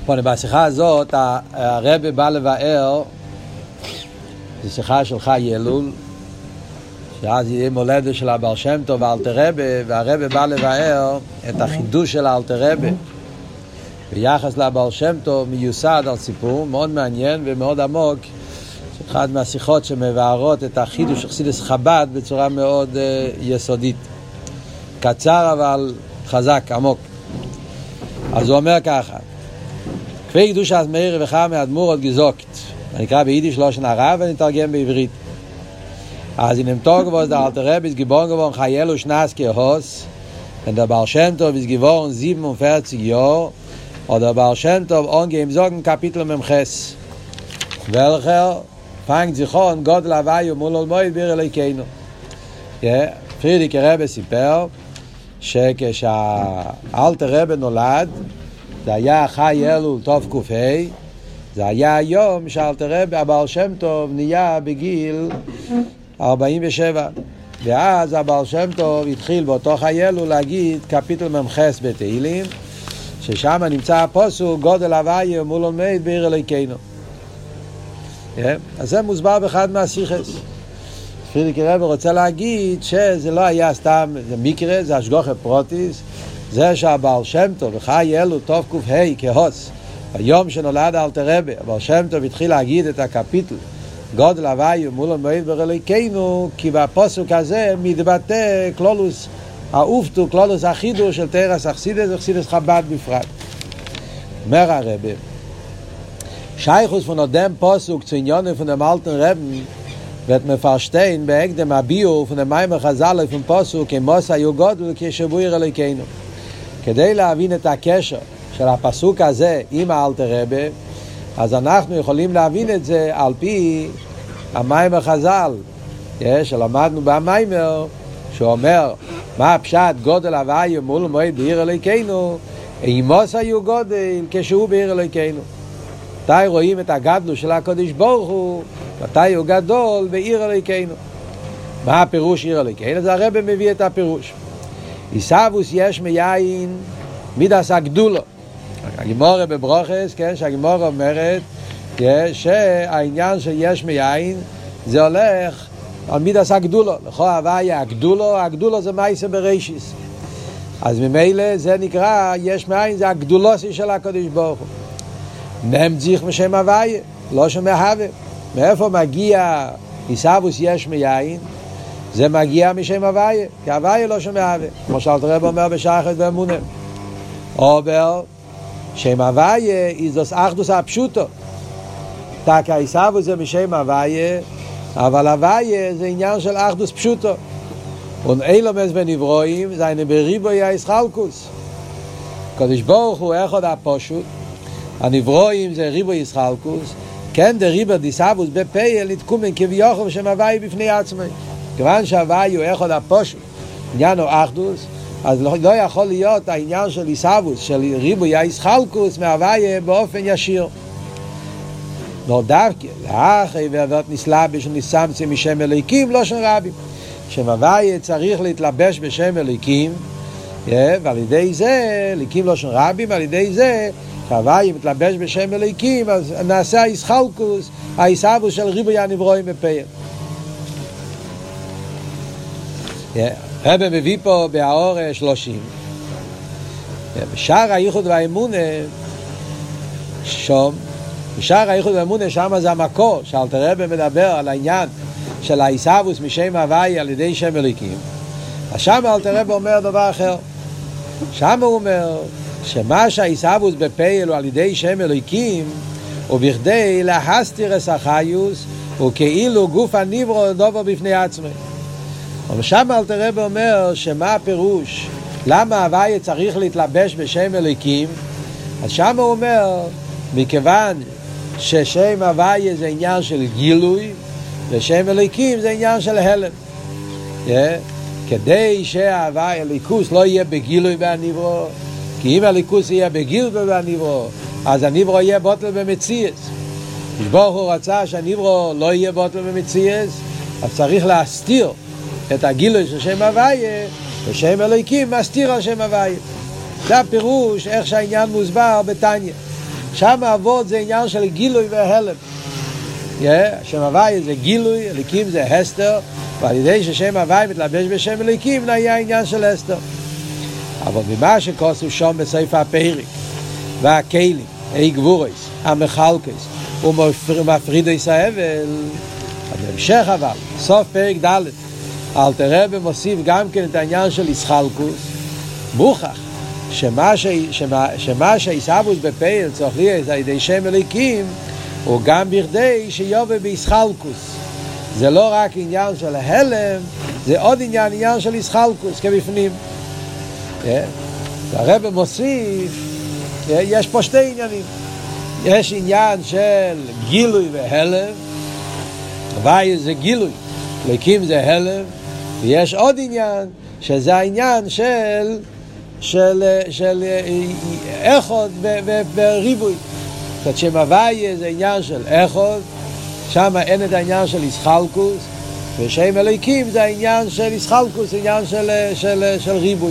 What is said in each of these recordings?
בשיחה הזאת הרב בא לבאר, זו שיחה של חי אלול, שאז יהיה מולדת של הבעל שם טוב ואלתר רבי, והרב בא לבאר את החידוש של האלתר רבי ביחס לבעל שם טוב, מיוסד על סיפור מאוד מעניין ומאוד עמוק, אחד מהשיחות שמבארות את החידוש של חסידות חב"ד בצורה מאוד יסודית, קצר אבל חזק, עמוק. אז הוא אומר ככה: כפי קדושת מאיר וחם מאדמו"ר עוד גזוקת, אני אקרא ביידיש לשון הרע ונתרגם בעברית. אז in dem Tag was der alte Rebbe ist geboren geworden, Chayelu Schnaske Hos, und der Baal Shem Tov ist geworden 47 Jahre, und der Baal Shem Tov angehend sagen Kapitel Memches, welcher fängt sich an, Gott Lavai und Mulol Moed Bir Eleikeinu. פרידיק רבי סיפר שכשהאלתר רבי נולד, זה היה חי אלול טוב קופי, זה היה היום שהאלתר רבי, הבעל שם טוב, נהיה בגיל 47. ואז הבעל שם טוב התחיל באותו חי אלול להגיד קפיטל ממחס בתהילים, ששם נמצא הפוסוק גודל הוויה מול עומד בעיר אלוהינו. אז זה מוסבר באחד מהשיחס. פרידיק רבי רוצה להגיד שזה לא היה סתם, זה מקרה, זה השגוחה פרוטיס, זה שהבעל שם טוב וחי אלול טוב קוף ה' כהוס, ביום שנולד האלתר רבי, הבעל שם טוב התחיל להגיד את הקפיטל גודל הוויה מול עומד בעיר אלוהינו, כי בפוסק הזה מתבטא כלולוס האופטו, כלולוס החידוש של תרס אכסידס וחסידס חב"ד בפרט. אומר הרבי, שייכוס von dem Posuk zu Inyonen von dem alten Rebben wird man verstehen bei dem Abio von dem Maimer Chazal von Posuk im Mosa Yugodl כשבויר אלוהינו. כדי להבין את הקשר של הפסוק הזה עם האלתר רבי, אז אנחנו יכולים להבין את זה על פי המיימר חז"ל, שלמדנו במיימר, שאומר מה הפשט גודל הוויה מול מועד בעיר אלוהינו, אימוס היו גודל כשהוא בעיר אלוהינו. מתי רואים את הגדלו של הקדוש ברוך הוא? מתי הוא גדול בעיר אלוהינו? מה הפירוש עיר אלוהינו? אז הרב מביא את הפירוש. עיסאוויס יש מיין מידס הגדולו. הגמרא בברוכס, כן, שהגמרא אומרת שהעניין של יש מיין זה הולך על מידס הגדולו. לכל הוויה הגדולו, הגדולו זה מעשה בראשיס. אז ממילא זה נקרא יש מיין, זה הגדולוסי של הקדוש ברוך הוא. נמזיך משם הוויה, לא שומע הווה. מאיפה מגיע עיסאוויס יש מיין? זה מגיע משם הוויה, כי הוויה לא שומע הווה, כמו שאלתר רבי אומר בשחת באמונה. אבל שם הוויה איזוס אחדוס הפשוטו, תקע עיסאוויס זה משם הוויה, אבל הוויה זה עניין של אחדוס פשוטו. ואילומס ונברואים זה אין בריבוי הישחלקוס. הקדוש ברוך הוא אחד הפשוט, הנברואים זה ריבוי ישחלקוס, כן דריבר דיסאבוס בפייל נתקומן כביוכל שם הוויה בפני עצמי. כיוון שהוויה הוא אחד הפשוט, עניין הוא אחדוס, אז לא יכול להיות העניין של איסאבוס, של ריבוי הישחלקוס מהוויה באופן ישיר. לא דווקא, לאחרי ועברת נסלבש ונסמצם משם אלוהיקים, לא שם רבים. שם הוויה צריך להתלבש בשם אלוהיקים, ועל ידי זה, אלוהיקים לא שם רבים, ועל ידי זה, כשהוויה מתלבש בשם אלוהיקים, אז נעשה הישחלקוס, האיסאבוס של ריבוי הנברואים בפייל. רב מביא פה באור 30 בשער הייחוד והאמונה שום, בשער הייחוד והאמונה שם זה המקור שאלתר רבי מדבר על העניין של האיסאבוס משם הוויה על ידי שם אלוהיקים. אז שם אלתר רבי אומר דבר אחר, שם הוא אומר שמה שהאיסאבוס בפייל הוא על ידי שם אלוהיקים ובכדי להסתיר את החיוס וכאילו גוף הנברוא דובר בפני עצמי. אבל שם אלתר רבי אומר שמה הפירוש, למה הוויה צריך להתלבש בשם אלוהיקים. אז שם הוא אומר מכיוון ששם הוויה זה עניין של גילוי ושם אלוהיקים זה עניין של הלם, כדי שההוויה אלוהיקוס לא יהיה בגילוי והנברוא, כי אם אלוהיקוס יהיה בגילוי והנברוא אז הנברוא יהיה בוטל במציאות. ברוך הוא רצה שהנברוא לא יהיה בוטל במציאות, אז צריך להסתיר את הגילוי של שם הוויה, ושם אלוהיקים מסתיר על שם הוויה. זה הפירוש איך שהעניין מוסבר בתניא. שם אבות זה עניין של גילוי והלם. שם הוואי זה גילוי, אליקים זה הסתר, ועל ידי ששם הוואי מתלבש בשם אליקים נהיה העניין של הסתר. אבל ממה שכוסו שם בספר הפרק והכלים, גבורס, המחלקס ומפרידס האבל, בהמשך אבל, סוף פרק ד' אלתר רבי מוסיף גם כן את העניין של ישחלקוס, מוכח שמה שיסבוס בפעיל צריך להיות על ידי שם אליקים, הוא גם בכדי שיובה בישחלקוס. זה לא רק עניין של ההלם, זה עוד עניין של ישחלקוס כבפנים. הרב מוסיף, יש פה שתי עניינים. יש עניין של גילוי והלם, הוואי זה גילוי, אליקים זה הלם, ויש עוד עניין שזה העניין של אחד בריבוי. זאת שם הוואי זה עניין של אחד, שם אין את העניין של ישחלקוס, ושם אליקים זה העניין של ישחלקוס, עניין של ריבוי.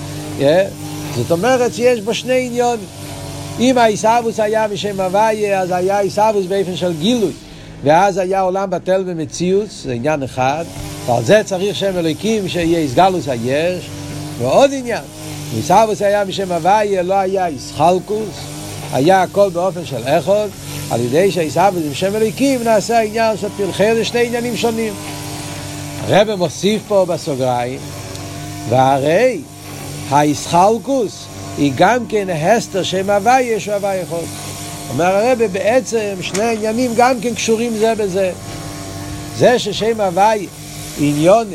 זאת אומרת שיש בו שני עניונים. אם הישאבוס היה משם הוואי, אז היה הישאבוס באופן של גילוי, ואז היה עולם בטל במציאוס, זה עניין אחד, ועל זה צריך שם אליקים שיהיה יסגלוס היש. ועוד עניין, הישאבוס היה משם הוואי, לא היה ישחלקוס, היה הכל באופן של אחד, על ידי שהישאבוס עם שם אליקים נעשה העניין של פלחי, זה שני עניינים שונים. הרב מוסיף פה בסוגריים, והרי הישחלקוס היא גם כן הסתר שם הוואי יש הוואי אחד. אומר הרב בעצם שני עניינים גם כן קשורים זה בזה. זה ששם הוואי עניוני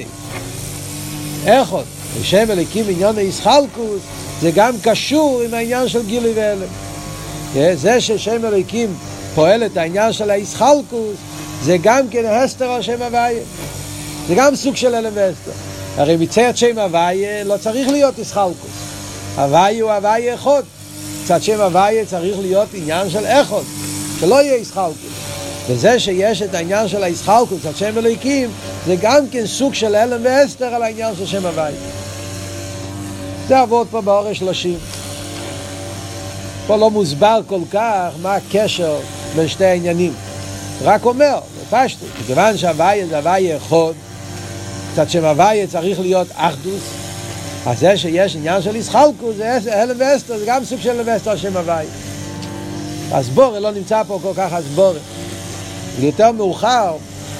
אחד ושם אליקים עניוני ישחלקוס, זה גם קשור עם העניין של גילוי והלם. זה ששם אליקים פועל את העניין של הישחלקוס, זה גם כן הסתר על שם הוואי, זה גם סוג של הלם והסתר. הרי מצד שם הוואי לא צריך להיות ישחלקוס, הוואי הוא הוואי אחד. מצד שם הוואי צריך להיות עניין של אחד, שלא יהיה ישחלקוס. וזה שיש את העניין של הישחלקוס מצד שם אליקים, זה גם כן סוג של הלם והסתר על העניין של שם הוואי. זה עבוד פה באור 30. פה לא מוסבר כל כך מה הקשר בין שתי העניינים, רק אומר פשטו, מכיוון שהוואי זה הוואי אחד, מצד שם הוואי צריך להיות אחדוס, אז זה שיש עניין של ישחלקוס, זה הלם והסתר, זה גם סוג של הלם והסתר על שם הוואי. הסבורה לא נמצא פה כל כך הסבורה. יותר מאוחר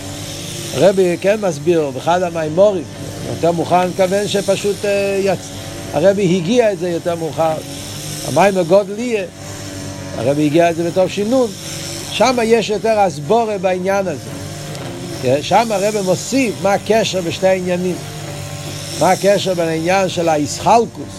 הרבי כן מסביר באחד המיימורים, יותר מאוחר אני מתכוון שפשוט הרבי הגיע את זה יותר מאוחר, המיימר גודליה הרבי הגיע את זה בטוב שינון, שם יש יותר הסבורה בעניין הזה. שם הרבי מוסיף מה הקשר בשתי העניינים, מה הקשר בין העניין של הישחלקוס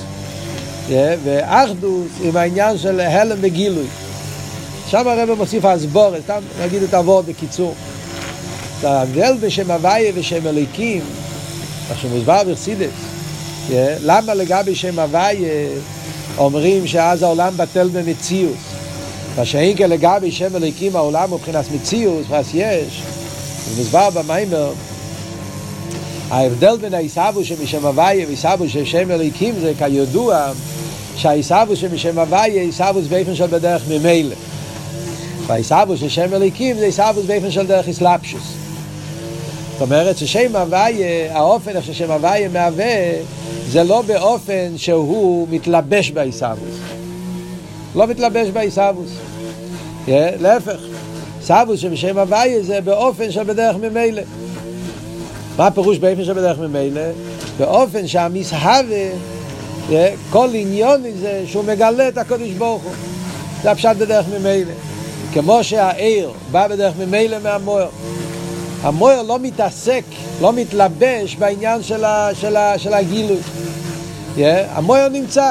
ואחדוס עם העניין של הלם וגילוי. שם הרבי מוסיף הסבורה, סתם נגיד את העבוד בקיצור. ההבדל בשם הוואי ושם אליקים, שמוסבר בחסידות, למה לגבי שם הוואי אומרים שאז העולם בטל במציאות, ושאין כלגבי שם אליקים העולם מבחינת מציאות, אז יש, מוסבר במיימר, ההבדל בין הישאבוס שמשם הוואי וישאבוס של שם אליקים זה כידוע שהישאבוס שמשם הוואי הישאבוס באופן של בדרך ממילא, והישאבוס של שם אליקים זה הישאבוס באופן של דרך אסלאפשוס. זאת אומרת ששם הוואי, האופן איך ששם הוואי מהווה זה לא באופן שהוא מתלבש בישאבוס, לא מתלבש בישאבוס, להפך, ישאבוס שבשם הוואי זה באופן של בדרך ממילא. מה הפירוש באופן של בדרך ממילא? באופן שהמסהווה כל עניון זה שהוא מגלה את הקדוש ברוך הוא, זה הפשט בדרך ממילא. כמו שהעיר בא בדרך ממילא מהמויר, המויר לא מתעסק, לא מתלבש בעניין של הגילוי, המויר נמצא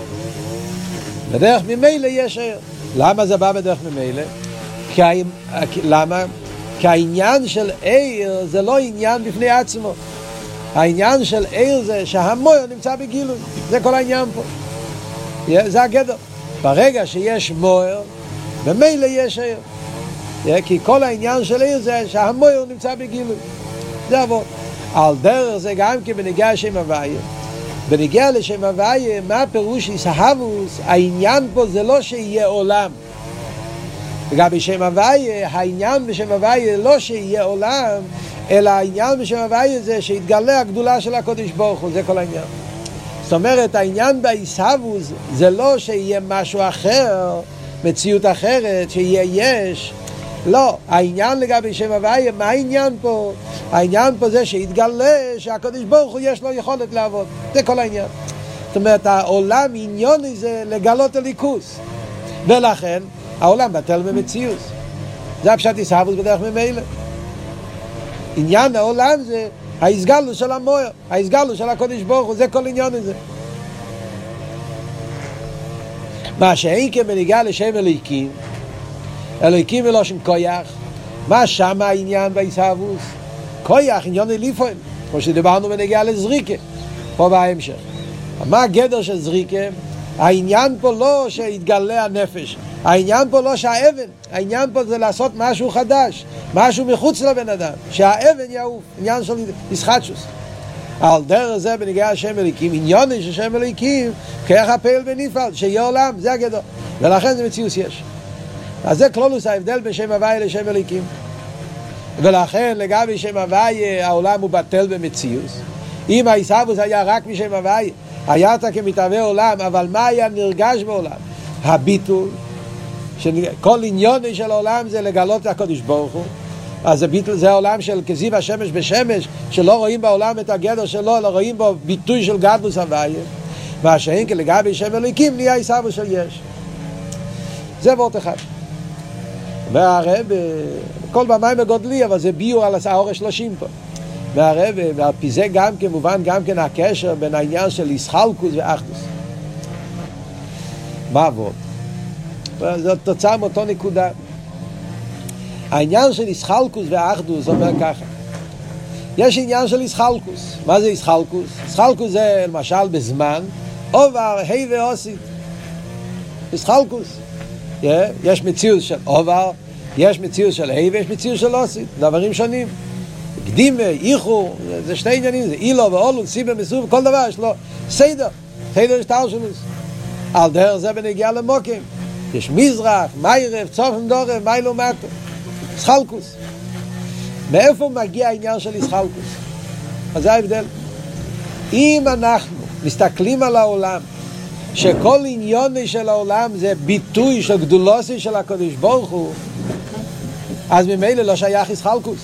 בדרך ממילא יש עיר. למה זה בא בדרך ממילא? למה? כי העניין של עיר זה לא עניין בפני עצמו, העניין של עיר זה שהמויר נמצא בגילוי, זה כל העניין פה, זה הגדר. ברגע שיש מויר במילא יש עיר, כי כל העניין של עיר זה שהמויר נמצא בגילוי, זה עבוד. על דרך זה גם כי בנגיע לשם הוואי, בנגיע לשם הוואי מה פירוש ישהבוס, העניין פה זה לא שיהיה עולם, לגבי שם הוויה, העניין בשם הוויה לא שיהיה עולם, אלא העניין בשם הוויה זה שיתגלה הגדולה של הקודש ברוך הוא, זה כל העניין. זאת אומרת, העניין בעיסאוווס זה לא שיהיה משהו אחר, מציאות אחרת, שיהיה יש. לא, העניין לגבי שם הוויה, מה העניין פה? העניין פה זה שיתגלה שהקודש ברוך הוא יש לו יכולת לעבוד. זה כל העניין. זאת אומרת, העולם עניוני זה לגלות הליכוס. ולכן, העולם בטל במציאות. זה הפשט עיסאוווס בדרך ממילא. עניין העולם זה ההסגלות של המויר, ההסגלות של הקודש ברוך הוא, זה כל עניין הזה. מה שאין כמניגע לשם אלוהיקים, אלוהיקים מלושן כויח, מה שם העניין בעיסאוווס? כויח, עניין אליפון, כמו שדיברנו בנגיע לזריקה, פה בהמשך. מה הגדר של זריקה? העניין פה לא שהתגלה הנפש, העניין פה לא שהאבן, העניין פה זה לעשות משהו חדש, משהו מחוץ לבן אדם, שהאבן יעוף, עניין של ישחטשוס. על דרך זה בנגיע לשם אלוהיקים, עניון של שם אלוהיקים, כך הפעיל ונפעל, שיהיה עולם, זה הגדר, ולכן זה מציאות יש. אז זה כלולוס ההבדל בין שם הוויה לשם אלוהיקים. ולכן לגבי שם הוויה העולם הוא בטל במציאות. אם העיסאוווס היה רק משם הוויה, היה אתה כמתהווה עולם, אבל מה היה נרגש בעולם? הביטול, כל עניון של העולם זה לגלות את הקודש ברוך הוא. אז הביטול זה העולם של כזיו השמש בשמש, שלא רואים בעולם את הגדר שלו, אלא רואים בו ביטוי של גדלוס הוויה. מה שאין כלגבי שם אלוהיקים נהיה עיסאוווס של יש. זה וורט אחד. והרב, כל במים בגודלי, אבל זה ביור על האור 30 פה. והרב, ועל פי זה גם כמובן גם כן הקשר בין העניין של ישחלקוס ואחדוס. מה עבוד? זאת תוצאה מאותו נקודה. העניין של ישחלקוס ואחדוס אומר ככה. יש עניין של ישחלקוס. מה זה ישחלקוס? ישחלקוס זה למשל בזמן, עובר, ה' ועושית. ישחלקוס. יש מציאות של עובר, יש מציאות של ה' ויש מציאות של עושית. דברים שונים. קדימה, איחור, זה שני עניינים, זה אילו ואולו, סיבה, מסוב, כל דבר יש לו סדר, סדר שטר שלוס. על דרך זה בנגיע למוקים. יש מזרח, מיירב, צופן דורב, מיילו מטו. ישחלקוס. מאיפה מגיע העניין של ישחלקוס? אז זה ההבדל. אם אנחנו מסתכלים על העולם, שכל עניוני של העולם זה ביטוי של גדולוסי של הקדוש ברוך הוא, אז ממילא לא שייך ישחלקוס.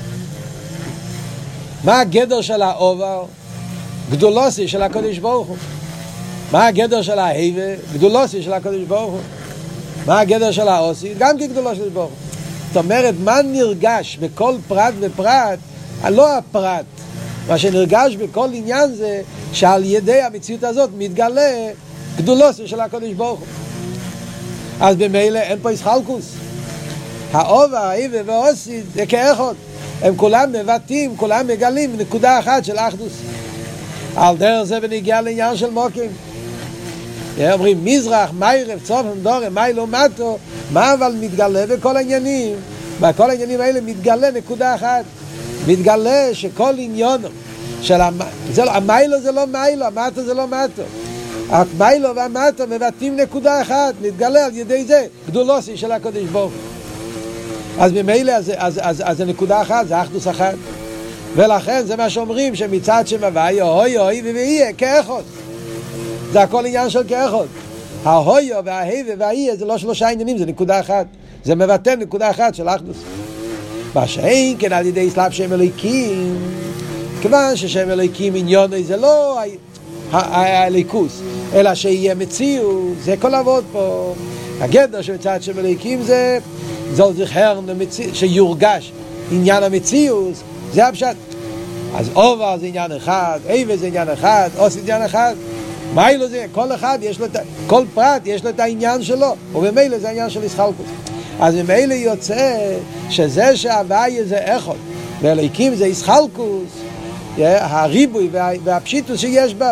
מה הגדר של העובר? גדולוסי של הקדוש ברוך הוא. מה הגדר של ההיבה? גדולוסי של הקדוש ברוך הוא. מה הגדר של העושי? גם כגדולוסי של ברוך הוא. זאת אומרת, מה נרגש בכל פרט ופרט? לא הפרט. מה שנרגש בכל עניין זה שעל ידי המציאות הזאת מתגלה גדולוסי של הקדוש ברוך הוא. אז במילא אין פה ישחלקוס. העובר, ההיבה והעושי זה כאחד. הם כולם מבטאים, כולם מגלים נקודה אחת של אחדוס. על דרך זה בנגיע לעניין של מוקים. אומרים מזרח, מיירב, צופן, דורם, מיילו מטו, מה אבל מתגלה בכל העניינים? בכל העניינים האלה מתגלה נקודה אחת. מתגלה שכל עניון של המיילו זה לא מיילו, המטו זה לא מטו. המיילו והמטו מבטאים נקודה אחת, מתגלה על ידי זה גדולוסי של הקדוש ברוך הוא. אז ממילא, אז זה נקודה אחת, זה אחדוס אחת. ולכן זה מה שאומרים, שמצד שם הוויה, הוי הוי ויהיה, כאחד. זה הכל עניין של כאחד. ההויו וההווה והיהיה זה לא שלושה עניינים, זה נקודה אחת. זה מבטא נקודה אחת של אחדוס. מה שאין כן על ידי סלאפ שם אלוהיקים, כיוון ששם אלוהיקים עניוני זה לא הליכוס, אלא שיהיה מציאות, זה כל עבוד פה. הגדר שמצד שם אלוהיקים זה זול זכר שיורגש עניין המציאות, זה הפשט. אז עובר זה עניין אחד, איבה זה עניין אחד, עושה עניין אחד. מיילו זה, כל אחד יש לו, כל פרט יש לו את העניין שלו, ובמילא זה העניין של ישחלקוס. אז ממילא יוצא שזה שההוויה זה אחד, ואלוהיקים זה ישחלקוס, הריבוי והפשיטוס שיש בה,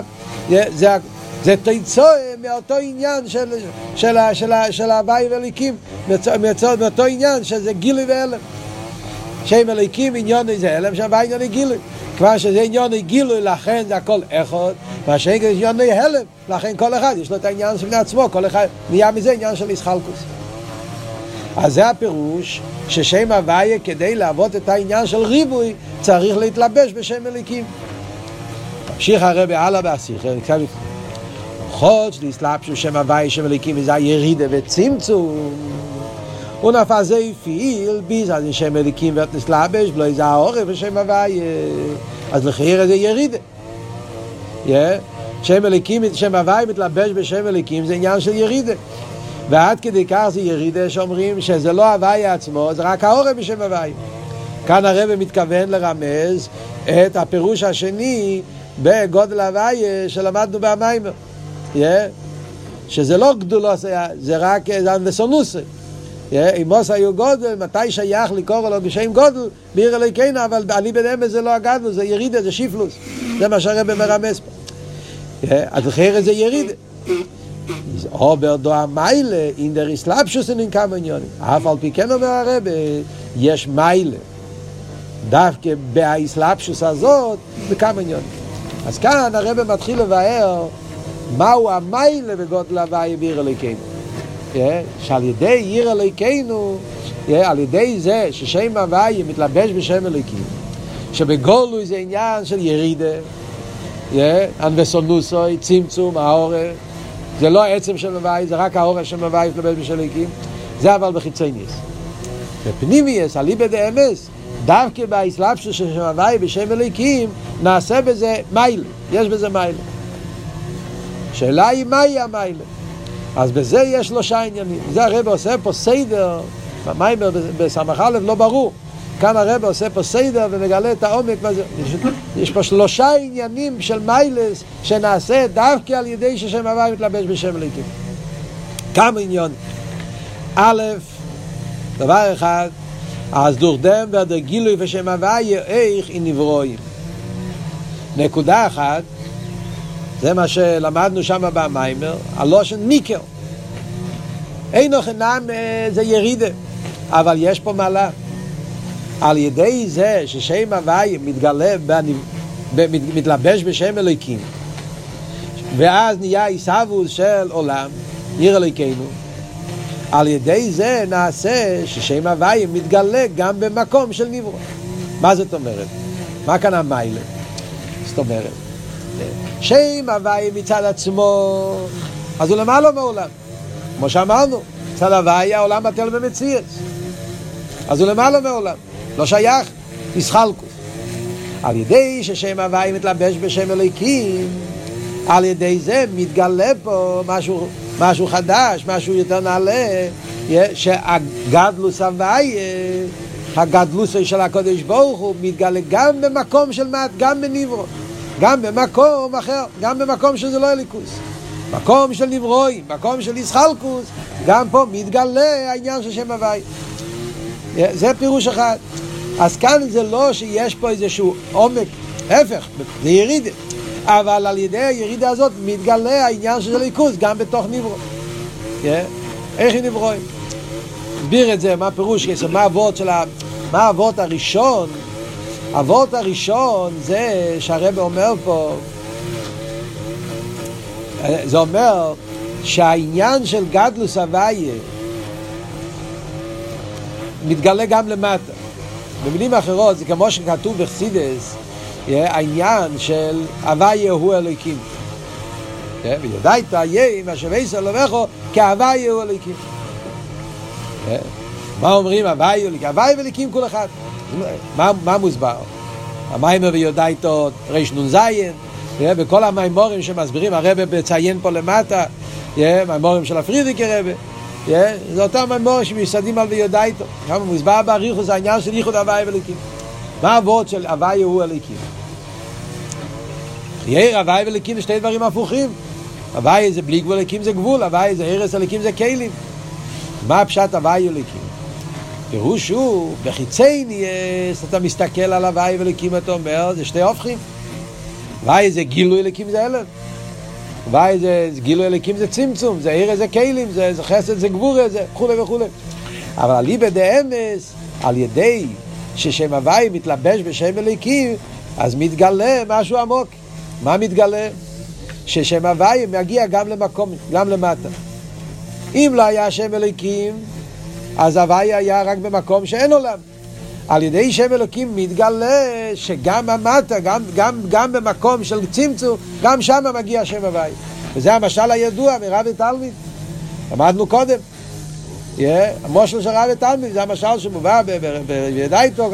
זה תיצור מאותו עניין של ההוויה ואלוהיקים, מאותו עניין שזה גילי ואלם. שם אלוהיקים עניוני זה אלם, שם ההוויה עניוני גילי. כבר שזה עניוני גילוי, לכן זה הכל אחד, מה שאין עניוני הלם, לכן כל אחד יש לו את העניין של עצמו, כל אחד נהיה מזה עניין של ישחלקוס. אז זה הפירוש ששם הוויה כדי לעבוד את העניין של ריבוי צריך להתלבש בשם אליקים. ממשיך הרבי הלאה בהשיחה, חוץ להסלבשו שם הוויה שם אליקים וזה הירידה וצמצום ונפל זה יפיל ביז אז שם אליקים ואת נסלבש בלו איזה העורף ושם הוויה אז לחייר זה ירידה שם אליקים, שם הוויה מתלבש בשם אליקים זה עניין של ירידה ועד כדי כך זה ירידה שאומרים שזה לא הוויה עצמו, זה רק העורף בשם הוויה. כאן הרב מתכוון לרמז את הפירוש השני בגודל הוויה שלמדנו במיימר. שזה לא גדולו, זה רק אנדסונוס. אם מוס היו גודל, מתי שייך לקרוא לו בשם גודל? בעיר אלוהינו, אבל אני בדמה זה לא הגדול, זה ירידה, זה שיפלוס. זה מה שהרב מרמז פה. אז אחרי זה ירידה. aber da Meile in der Islapschus in Kamanion. Auf al pikeno berbe, יש Meile. דווקא באיסלאפשוס הזאת בקמניון. אז כאן הרב מתחיל לבאר מהו המיילה בגודל הוויה בעיר אלוהינו. שעל ידי עיר אלוהינו, על ידי זה ששם הוויה מתלבש בשם אלוהים, שבגולוי זה עניין של ירידה, אנבסונוסוי, צמצום, העורף, זה לא העצם של הוויה, זה רק העורף של הוויה מתלבש בשם אלוהים, זה אבל בחיצוניוס. בפנימיוס, אליבא דאמס, דווקא באסלאפשוס של הוויה בשם אלוהים, נעשה בזה מיילה, יש בזה מיילה. שאלה היא מהי המיילה? אז בזה יש שלושה עניינים. זה הרב עושה פה סדר, במיימר בסמך א' לא ברור. כאן הרב עושה פה סדר ומגלה את העומק. יש פה שלושה עניינים של מיילס שנעשה דווקא על ידי ששם הוויה מתלבש בשם אלוהים. כמה עניונים. א', דבר אחד, אז דורדם ועד גילוי ושם הוויה איך היא נברואים. נקודה אחת, זה מה שלמדנו שם במיימר, הלושן מיקר. אין חינם זה ירידה, אבל יש פה מעלה. על ידי זה ששם הוויה מתגלה, מתלבש בשם אלוהים, ואז נהיה עיסאוווס של עולם, עיר אלוהינו, על ידי זה נעשה ששם הוויה מתגלה גם במקום של נברוא. מה זאת אומרת? מה כאן המיילה? זאת אומרת, שם הוויה מצד עצמו, אז הוא למעלה מעולם. כמו שאמרנו, מצד הוויה העולם בטל במציאות. אז הוא למעלה מעולם. לא שייך, ישחלקוס. על ידי ששם הוויה מתלבש בשם אלוהים, על ידי זה מתגלה פה משהו חדש, משהו יותר נעלה, שהגדלוס הוויה, הגדלוס של הקודש ברוך הוא, מתגלה גם במקום של מעט, גם בנברוא. גם במקום אחר, גם במקום שזה לא אליקוס, מקום של נברואים, מקום של ישחלקוס, גם פה מתגלה העניין של שם הוויה. זה פירוש אחד. אז כאן זה לא שיש פה איזשהו עומק, הפך, זה ירידה, אבל על ידי הירידה הזאת מתגלה העניין של אליקוס גם בתוך נברוא. איך היא נברואים? הסביר את זה, מה פירוש, מה האבות הראשון? האבות הראשון זה שהרב אומר פה, זה אומר שהעניין של גדלוס הוויה מתגלה גם למטה. במילים אחרות זה כמו שכתוב בחסידס, העניין של הוויה הוא אלוהים. וידעת יהיה מה שוויסר לבכו כהוויה הוא אלוהים. מה אומרים? הוויה הוא אלוהים. הוויה ואלוהים כל אחד. מה מוסבר? המיימר ויודעתו ריש נון זיין, בכל המיימורים שמסבירים, הרב בציין פה למטה, מיימורים של הפרידיקי רב, זה אותם מיימורים שמסדים על ויודעתו. כמה מוסבר באריכות זה העניין של ייחוד הוויה ואלוהים. מה העבוד של הוויה הוא אלוהים? חייר הוויה ואלוהים זה שתי דברים הפוכים. הוויה זה בלי גבול, אלוהים זה גבול, הוויה זה הרס, אלוהים זה כלים. מה הפשט הוויה אלוהים? פירוש הוא, בחיצוניוס, אתה מסתכל על הוויה ואלוהים, אתה אומר, זה שתי הופכים. הוויה זה גילוי, אלוהים זה אלף. הוויה זה גילוי, אלוהים זה צמצום, זה הרס, זה כלים, זה חסד, זה גבורה, זה וכו' וכו'. אבל אליבא דאמס, על ידי ששם הוויה מתלבש בשם אלוהים, אז מתגלה משהו עמוק. מה מתגלה? ששם הוויה מגיע גם למקום, גם למטה. אם לא היה שם אלוהים, אז הוויה היה רק במקום שאין עולם. על ידי שם אלוקים מתגלה שגם המטה, גם במקום של צמצום, גם שם מגיע שם הוויה. וזה המשל הידוע מרב ותלמיד. למדנו קודם. המושל של רב ותלמיד, זה המשל שמובא בידייתו.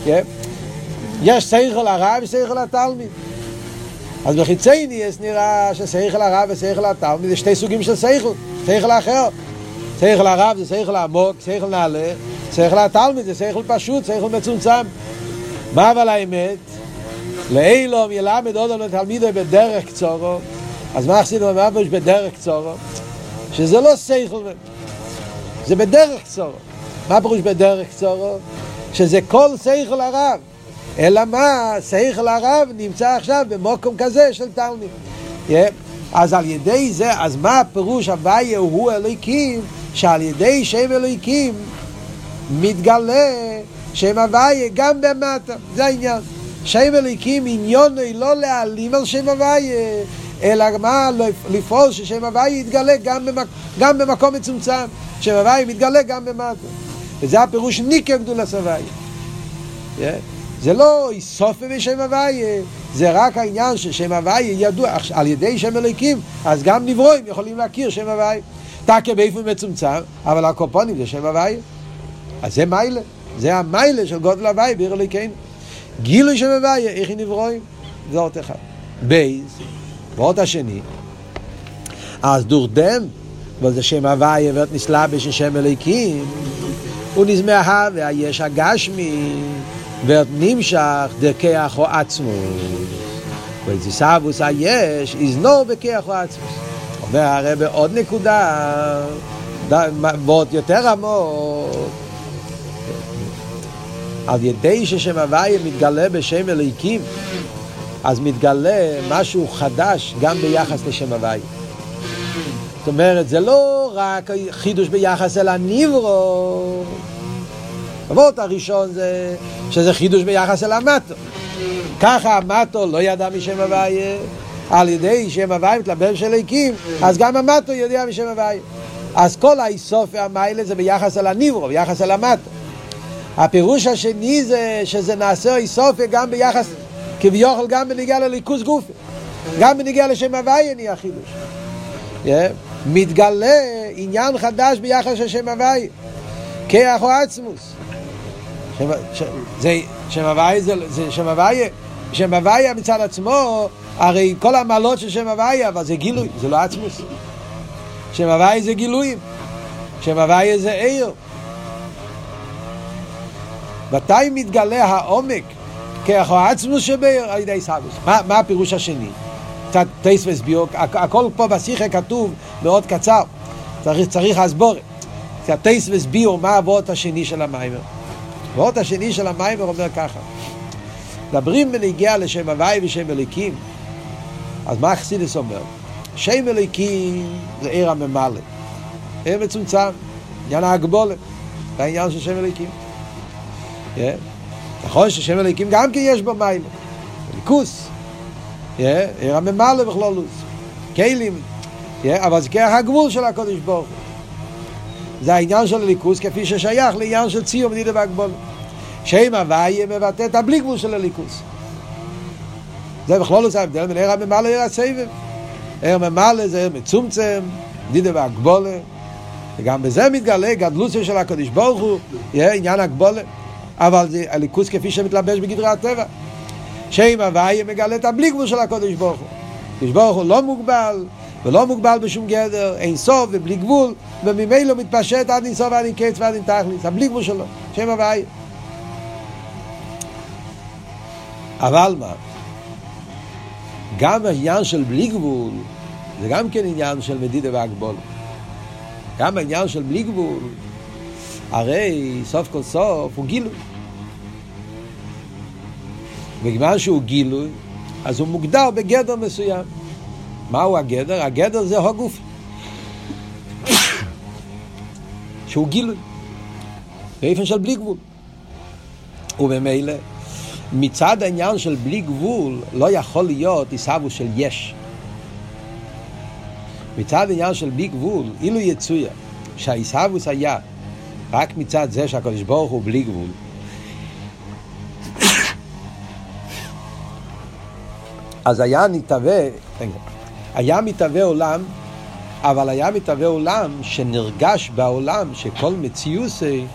יש שכל הרב ושכל התלמיד. אז בחיצייניס נראה ששכל הרב ושכל התלמיד זה שתי סוגים של שכל. שכל אחר. שכל הרב זה שכל עמוק, שכל נעלה. שכל התלמיד זה שכל פשוט, שכל מצומצם. מה אבל האמת? לאילום ילמד עוד לנו תלמידו בדרך קצורו. אז מה עשינו ממש בדרך קצורו? שזה לא שכל, זה בדרך קצורו. מה פירוש בדרך קצורו? שזה כל שכל הרב. אלא מה? שכל הרב נמצא עכשיו במקום כזה של תלמיד. אז על ידי זה, אז מה הפירוש הוויה הוא אלוהיקים? שעל ידי שם אלוהיקים מתגלה שם הוויה גם במטה. זה העניין. שם אלוהיקים עניון לא להעלים על שם הוויה, אלא מה? לפעול ששם הוויה יתגלה גם במקום מצומצם. שם הוויה מתגלה גם במטה. וזה הפירוש ניקר גדולת הוויה. זה לא איסופה בשם הוויה, זה רק העניין ששם הוויה ידוע. על ידי שם אלוהיקים, אז גם נברואים יכולים להכיר שם הוויה. תקה באיפן מצומצם, אבל הקופונים זה שם הוויה. אז זה מיילה, זה המיילה של גודל הוויה בעיר אלוהיכנו. גילוי שם הוויה, איך היא נברואים? זה עוד אחד. בייז, ועוד השני, אז דורדם, וזה שם הוויה ואת נסלבש שם אלוהיקים, הוא נזמחה והיש הגשמי, ואת נמשך דרכח או עצמו. וזה סבוס היש, יזנור בכח או עצמו. אומר הרב עוד נקודה, ועוד יותר עמוק. על ידי ששם הוויה מתגלה בשם אלוהיקים, אז מתגלה משהו חדש גם ביחס לשם הוויה. זאת אומרת, זה לא רק חידוש ביחס אל הנברו. המות הראשון זה שזה חידוש ביחס אל המטו. ככה המטו לא ידע משם הוויה, על ידי שם הוויה מתלבש של אלוהיקים, אז גם המטו יודע משם הוויה. אז כל האיסוף והמיילה זה ביחס אל הנברו, ביחס אל המטו. הפירוש השני זה שזה נעשה איסוף גם ביחס, כביכול גם בנגיע לליכוס גופי, גם בנגיע לשם הוויה נהיה חידוש. מתגלה עניין חדש ביחס לשם הוויה, כח או עצמוס. שם הוויה זה שם הוויה. שם הוויה מצד עצמו, הרי כל המעלות של שם הוויה, אבל זה גילוי, זה לא עצמוס. שם הוויה זה גילויים. שם הוויה זה עיר. מתי מתגלה העומק כח או עצמוס שבעיר? על ידי סבוס. מה הפירוש השני? קצת טייס וסביוק, הכל פה בשיחה כתוב מאוד קצר, צריך הסבור. קצת טייס וסביוק, מה הוות השני של המיימר? הוות השני של המיימר אומר ככה, מדברים בנגיע לשם הוויה ושם אלוהיקים, אז מה חסידס אומר? שם אלוהיקים זה עיר הממלא, עיר מצומצם, עניין ההגבולת, זה העניין של שם אלוהיקים. נכון ששם אלוהיקים גם כי יש בו מיילה, ליכוס, עיר הממלא בכלולוס, כלים, אבל זה כרך הגבול של הקודש ברוך הוא. זה העניין של הליכוס כפי ששייך לעניין של ציור מדידה והגבול. שם הוויה מבטא את הבלי גבול של הליכוס. זה בכלולוס ההבדל בין עיר הממלא לעיר הסבב. עיר הממלא זה עיר מצומצם, מדידה והגבול, וגם בזה מתגלה גדלות של הקודש ברוך הוא, עניין הגבול, אבל זה הליכוס כפי שמתלבש בגדרי הטבע. שם הוויה מגלה את הבלי גבול של הקודש ברוך הוא. הקודש ברוך הוא לא מוגבל, ולא מוגבל בשום גדר, אין סוף ובלי גבול, וממילא מתפשט עד אין סוף ועד אין קץ ועד אין תכלית, הבלי גבול שלו, שם הוויה. אבל מה? גם העניין של בלי גבול, זה גם כן עניין של מדידה והגבול. גם העניין של בלי גבול, הרי סוף כל סוף הוא גילוי. וכיוון שהוא גילוי, אז הוא מוגדר בגדר מסוים. מהו הגדר? הגדר זה הגוף. שהוא גילוי. באופן של בלי גבול. ובמילא, מצד העניין של בלי גבול, לא יכול להיות היסבוס של יש. מצד העניין של בלי גבול, אילו יצויה, שההיסבוס היה רק מצד זה שהקדוש ברוך הוא בלי גבול, אז היה מתהווה עולם, אבל היה מתהווה עולם שנרגש בעולם שכל מציאות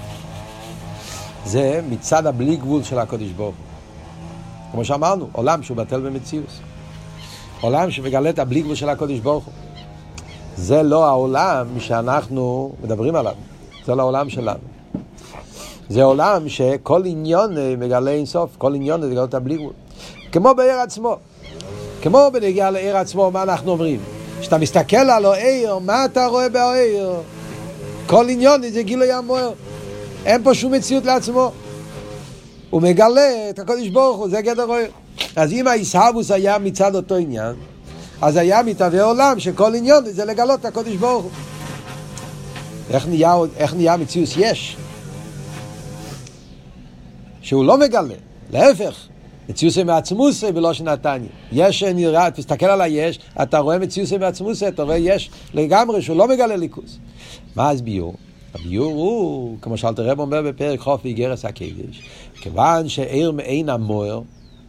זה מצד הבלי גבול של הקדוש ברוך הוא. כמו שאמרנו, עולם שהוא בטל במציאות, עולם שמגלה את הבלי גבול של הקדוש ברוך הוא. זה לא העולם שאנחנו מדברים עליו, זה לא העולם שלנו. זה עולם שכל עניון מגלה אינסוף, כל עניון מגלה את הבלי גבול. כמו בעיר עצמו, כמו בנגיעה לעיר עצמו, מה אנחנו אומרים? כשאתה מסתכל על העיר, מה אתה רואה בעיר? כל עניון זה גילוי המוער. אין פה שום מציאות לעצמו. הוא מגלה את הקדוש ברוך הוא, זה גדר העיר. אז אם האיסהבוס היה מצד אותו עניין, אז היה מתהווה עולם שכל עניון זה לגלות את הקדוש ברוך הוא. איך נהיה מציאות יש? שהוא לא מגלה, להפך. מציוסי מעצמוסי בלא שנתניה. יש נראה, תסתכל על היש, אתה רואה מציוסי מעצמוסי, אתה רואה יש לגמרי שהוא לא מגלה ליכוס. מה אז ביור? הביור הוא, כמו שאלת הרב אומר בפרק חוף ואיגרס הקדש, כיוון שעיר מעין המוער,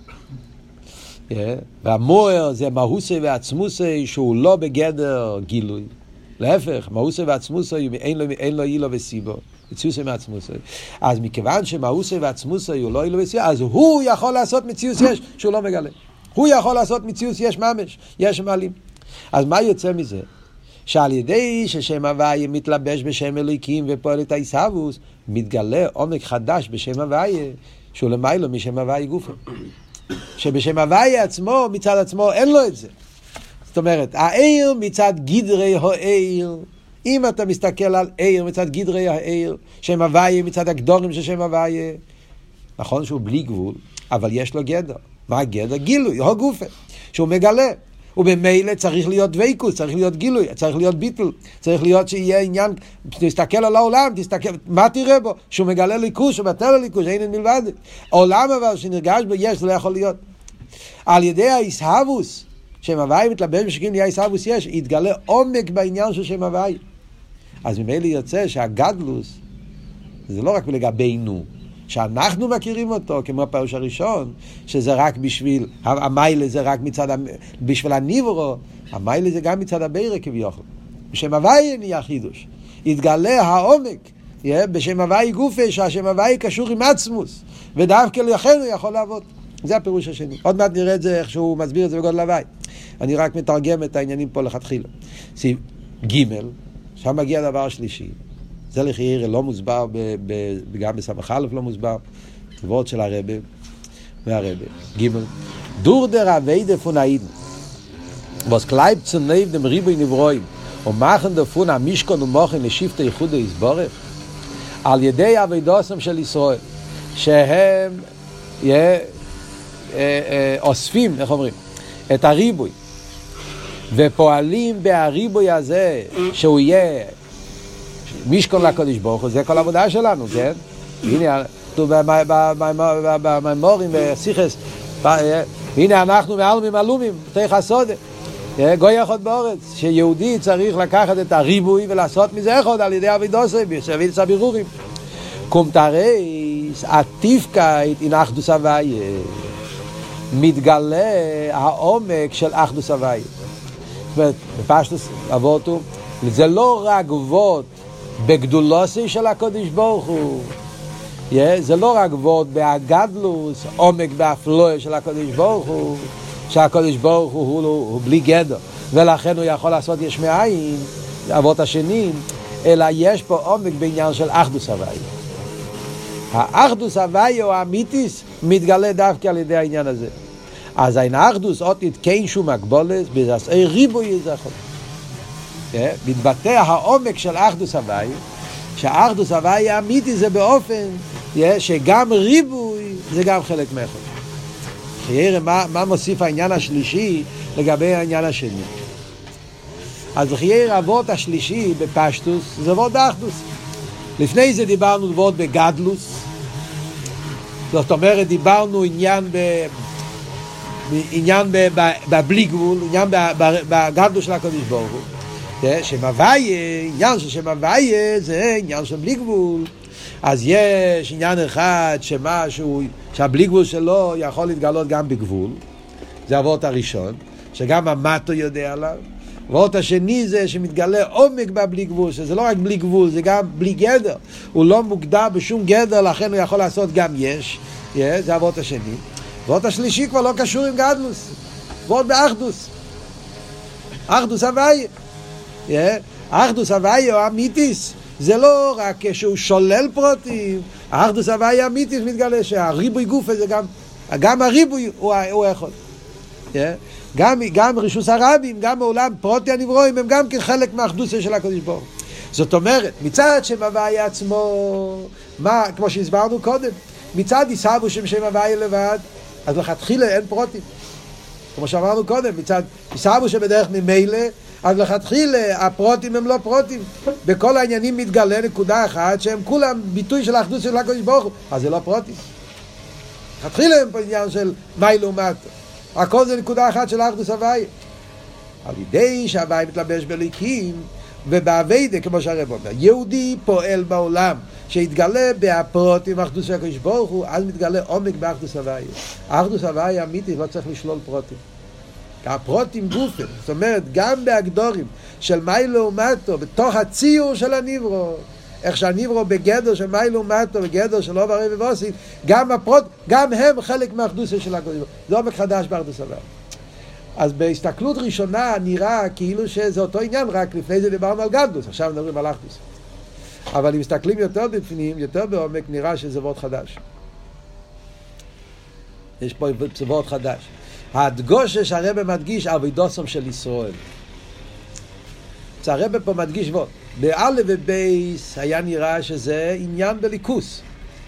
והמוער זה מהוסי ועצמוסי שהוא לא בגדר גילוי. להפך, מהוסי ועצמוסי אין לו אילו וסיבו. מציוסי מעצמוסי. אז מכיוון שמאוסי ועצמוסי הוא לא אילו וסיבו, אז הוא יכול לעשות מציוס יש שהוא לא מגלה. הוא יכול לעשות מציוס יש ממש, יש מעלים. אז מה יוצא מזה? שעל ידי ששם הוויה מתלבש בשם אלוהיקים ופועל את האיסהבוס, מתגלה עומק חדש בשם הוויה, שהוא למיילו משם הוויה גופה. שבשם הוויה עצמו, מצד עצמו, אין לו את זה. זאת אומרת, העיר מצד גדרי העיר, אם אתה מסתכל על עיר מצד גדרי העיר, שם הוויה מצד הגדורים של שם הוויה, נכון שהוא בלי גבול, אבל יש לו גדר. מה הגדר? גילוי, הוא גופה, שהוא מגלה. ובמילא צריך להיות דבקות, צריך להיות גילוי, צריך להיות ביטול, צריך להיות שיהיה עניין, תסתכל על העולם, תסתכל, מה תראה בו? שהוא מגלה ליכוס, שהוא בטל ליכוס, אין מלבד. עולם אבל שנרגש בו יש, זה לא יכול להיות. על ידי האיסהבוס, שם הוויה מתלבש בשכים נהיה איסהבוס יש, יתגלה עומק בעניין של שם הוויה. אז ממילא יוצא שהגדלוס, זה לא רק לגבינו, שאנחנו מכירים אותו, כמו הפירוש הראשון, שזה רק בשביל, המיילה זה רק מצד, בשביל הניברו, המיילה זה גם מצד הבירה כביכול. בשם הוויה נהיה חידוש. יתגלה העומק, בשם הוויה גופה, שהשם הוויה קשור עם עצמוס, ודווקא לכן הוא יכול לעבוד. זה הפירוש השני. עוד מעט נראה את זה, איך שהוא מסביר את זה בגודל הוויה. אני רק מתרגם את העניינים פה לכתחילה. ג' שם מגיע הדבר השלישי. זה לחייר לא מוסבר, גם בסמך א' לא מוסבר, תבואות של הרבי, והרבי. ג' דור דר אביידה פון האידן, was kleibt zu nev dem ribo in evroim, und machen davon am Mishkan und machen לשבט הייחוד היסבורך, על ידי אביידוסם של ישראל, שהם אוספים, איך אומרים, את הריבוי, ופועלים בהריבוי הזה, שהוא יהיה משכון לקדוש ברוך הוא, זה כל העבודה שלנו, כן? הנה, במאמרים ושיחס, הנה אנחנו מעלמים עלומים, תוך הסודה, גוי אחד בארץ, שיהודי צריך לקחת את הריבוי ולעשות מזה אחד על ידי אבידוסי, בשביל סבירורים. קומטרייס, עטיפקאית אין אחדוס הוויה, מתגלה העומק של אחדוס הוויה. זאת אומרת, בפשטוס אבותו, זה לא רק גבוות בגדולוסי של הקדוש ברוך הוא, זה לא רק גבוות בהגדלוס, עומק באפלואה של הקדוש ברוך הוא, שהקדוש ברוך הוא בלי גדר, ולכן הוא יכול לעשות יש מאין, אבות השנים, אלא יש פה עומק בעניין של אחדוס הוויה. האחדוס הוויה או האמיתיס מתגלה דווקא על ידי העניין הזה. אז אין האחדוס עוד נתקן שום הגבולת, בזעשי ריבוי יזכות. מתבטא העומק של אחדוס הוויה, שהאחדוס הוויה האמיתי זה באופן שגם ריבוי זה גם חלק מאחד. חיירה, מה מוסיף העניין השלישי לגבי העניין השני? אז חיירה, אבות השלישי בפשטוס זה אבות אחדוס. לפני זה דיברנו אבות בגדלוס, זאת אומרת דיברנו עניין בבלי גבול, עניין בגדלוס של הקדוש ברוך הוא. שם הוויה, עניין של שם הוויה זה עניין של בלי גבול. אז יש עניין אחד שהבלי גבול שלו יכול להתגלות גם בגבול, זה הוות הראשון, שגם המטו יודע עליו. והוות השני זה שמתגלה עומק בבלי גבול, שזה לא רק בלי גבול, זה גם בלי גדר, הוא לא מוגדר בשום גדר, לכן הוא יכול לעשות גם יש, זה הוות השני. והוות השלישי כבר לא קשור עם גדלוס, והוות באחדוס, אחדוס הוויה. אחדוס הוויה או אמיתיס זה לא רק כשהוא שולל פרוטים, האחדוס הוויה אמיתיס מתגלה שהריבוי גוף זה גם הריבוי הוא יכול. גם רשוס הרבים, גם העולם פרוטי הנברואים הם גם כחלק מהאחדוס של הקדוש ברוך הוא. זאת אומרת, מצד שם הוויה עצמו, כמו שהסברנו קודם, מצד יסבו שם הוויה לבד, אז לכתחילה אין פרוטים. כמו שאמרנו קודם, מצד יסבו שבדרך ממילא, אז לכתחילה הפרוטים הם לא פרוטים. בכל העניינים מתגלה נקודה אחת שהם כולם ביטוי של האחדות של הקדוש ברוך הוא, אז זה לא פרוטים. לכתחילה הם פה עניין של מי לעומת. הכל זה נקודה אחת של האחדות הוויה. על ידי שהוויה מתלבש בליקים ובעבודה, כמו שהרב אומר, יהודי פועל בעולם שהתגלה בהפרוטים האחדות של הקדוש ברוך הוא, אז מתגלה עומק באחדות הוויה. האחדות הוויה אמיתית לא צריך לשלול פרוטים. הפרוטים גופים, זאת אומרת גם בהגדורים של מי לעומתו בתוך הציור של הנברו, איך שהנברו בגדר של מי לעומתו בגדר של עובר ובוסית, גם הפרוט, גם הם חלק מהאחדות של הקדוש ברוך הוא. זה עומק חדש באחדות הוויה. אז בהסתכלות ראשונה נראה כאילו שזה אותו עניין, רק לפני זה דיברנו על גדלוס, עכשיו מדברים על אחדות. אבל אם מסתכלים יותר בפנים, יותר בעומק, נראה שזה וורט חדש. יש פה וורט חדש. ההדגושה שהרבא מדגיש עבודתם של ישראל. הרבא פה מדגיש וורט. באלף ובייס היה נראה שזה עניין בליכוס.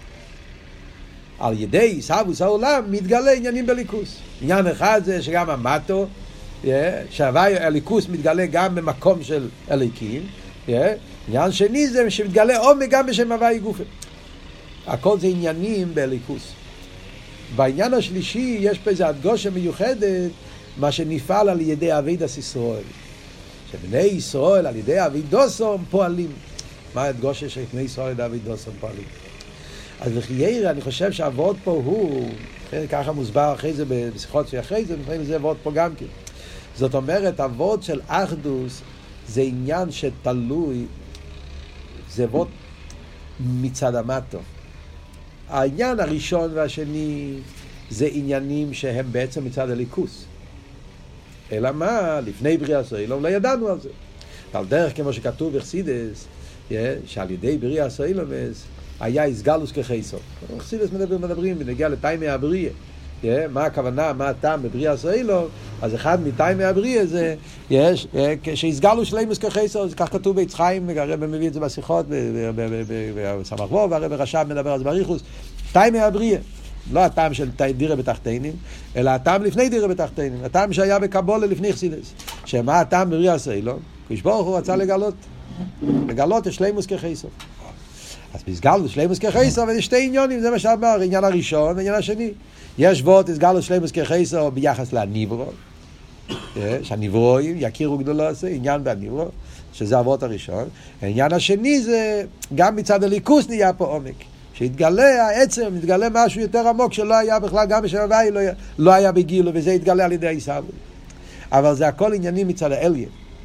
על ידי סבוס העולם מתגלה עניינים בליכוס. עניין אחד זה שגם המטו, שהוויה הליכוס מתגלה גם במקום של אליקים. עניין שני זה שמתגלה עומק גם בשם הוויה גופה. הכל זה עניינים בליכוס. בעניין השלישי יש פה איזו הדגושה מיוחדת, מה שנפעל על ידי עבודת ישראל. שבני ישראל על ידי עבודתם פועלים. מה הדגושה שבני ישראל על ידי עבודתם פועלים? אז לחיירה, אני חושב שהעבוד פה הוא, ככה מוסבר אחרי זה בשיחות שאחרי זה, לפעמים זה עבוד פה גם כן. זאת אומרת, עבוד של אחדוס זה עניין שתלוי, זה עבוד מצד המטו. העניין הראשון והשני זה עניינים שהם בעצם מצד הליכוס. אלא מה? לפני בריאה סוילום לא ידענו על זה. על דרך כמו שכתוב בחסידס, שעל ידי בריאה סוילום היה הסגלוס כחייסו. בחסידס מדברים בנגיע לתיימי הבריאה. מה הכוונה, מה הטעם בבריאה סוילום? אז אחד מתיימי הבריאה זה שהסגלוס שלימוס כחייסו, זה כך כתוב ביץ חיים, הרב מביא את זה בשיחות, בסמך בו, והרב רשב מדבר על זה בריחוס. תיימי הבריאה. לא הטעם של דירה בתחתינים, אלא הטעם לפני דירה בתחתינים, הטעם שהיה בקבולה לפני חסידס. שמה הטעם בריאה סוילום? הקדוש ברוך הוא רצה לגלות את שלימוס כחייסו. אז בסגלוס שלימוס כחייסו, ויש שתי עניונים, זה מה שאמר, העניין הראשון והעניין השני. יש וורט הסגלוס שלימוס כחייסו ביחס לניברו, שהניברואים יכירו גדולו עשה, עניין בניברו, שזה הוורט הראשון. העניין השני זה, גם מצד הליכוס נהיה פה עומק. שהתגלה העצם, מתגלה משהו יותר עמוק שלא היה בכלל, גם בשם הוויה לא היה בגילו, וזה התגלה על ידי הישאבו. אבל זה הכל עניינים מצד האליה.